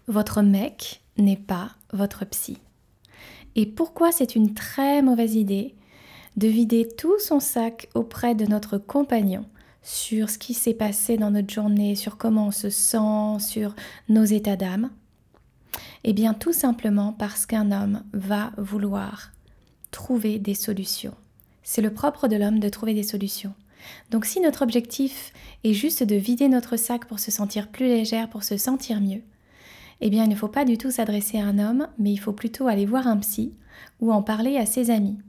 Votre mec n'est pas votre psy. Et pourquoi c'est une très mauvaise idée de vider tout son sac auprès de notre compagnon sur ce qui s'est passé dans notre journée, sur comment on se sent, sur nos états d'âme? Eh bien tout simplement parce qu'un homme va vouloir trouver des solutions. C'est le propre de l'homme de trouver des solutions. Donc si notre objectif est juste de vider notre sac pour se sentir plus légère, pour se sentir mieux, eh bien il ne faut pas du tout s'adresser à un homme, mais il faut plutôt aller voir un psy ou en parler à ses amis.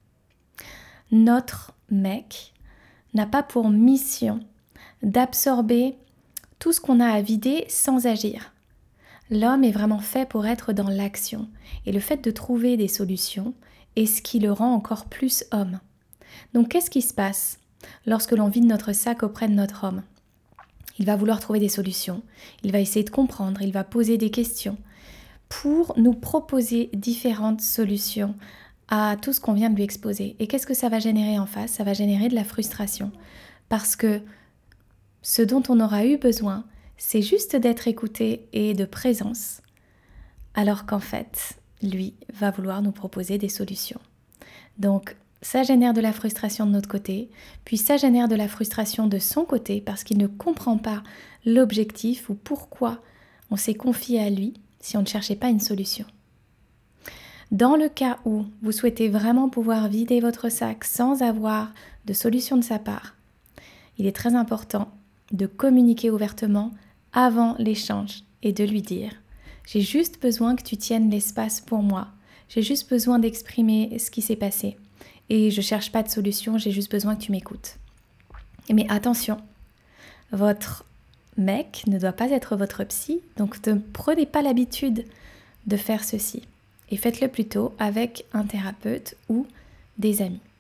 Notre mec n'a pas pour mission d'absorber tout ce qu'on a à vider sans agir. L'homme est vraiment fait pour être dans l'action, et le fait de trouver des solutions est ce qui le rend encore plus homme. Donc qu'est-ce qui se passe lorsque l'on vide notre sac auprès de notre homme? Il va vouloir trouver des solutions, il va essayer de comprendre, il va poser des questions pour nous proposer différentes solutions à tout ce qu'on vient de lui exposer. Et qu'est-ce que ça va générer en face? Ça va générer de la frustration. Parce que ce dont on aura eu besoin, c'est juste d'être écouté et de présence, alors qu'en fait, lui va vouloir nous proposer des solutions. Donc, ça génère de la frustration de notre côté, puis ça génère de la frustration de son côté parce qu'il ne comprend pas l'objectif ou pourquoi on s'est confié à lui si on ne cherchait pas une solution. Dans le cas où vous souhaitez vraiment pouvoir vider votre sac sans avoir de solution de sa part, il est très important de communiquer ouvertement avant l'échange et de lui dire « J'ai juste besoin que tu tiennes l'espace pour moi, j'ai juste besoin d'exprimer ce qui s'est passé et je ne cherche pas de solution, j'ai juste besoin que tu m'écoutes. » Mais attention, votre mec ne doit pas être votre psy, donc ne prenez pas l'habitude de faire ceci. Et faites-le plutôt avec un thérapeute ou des amis.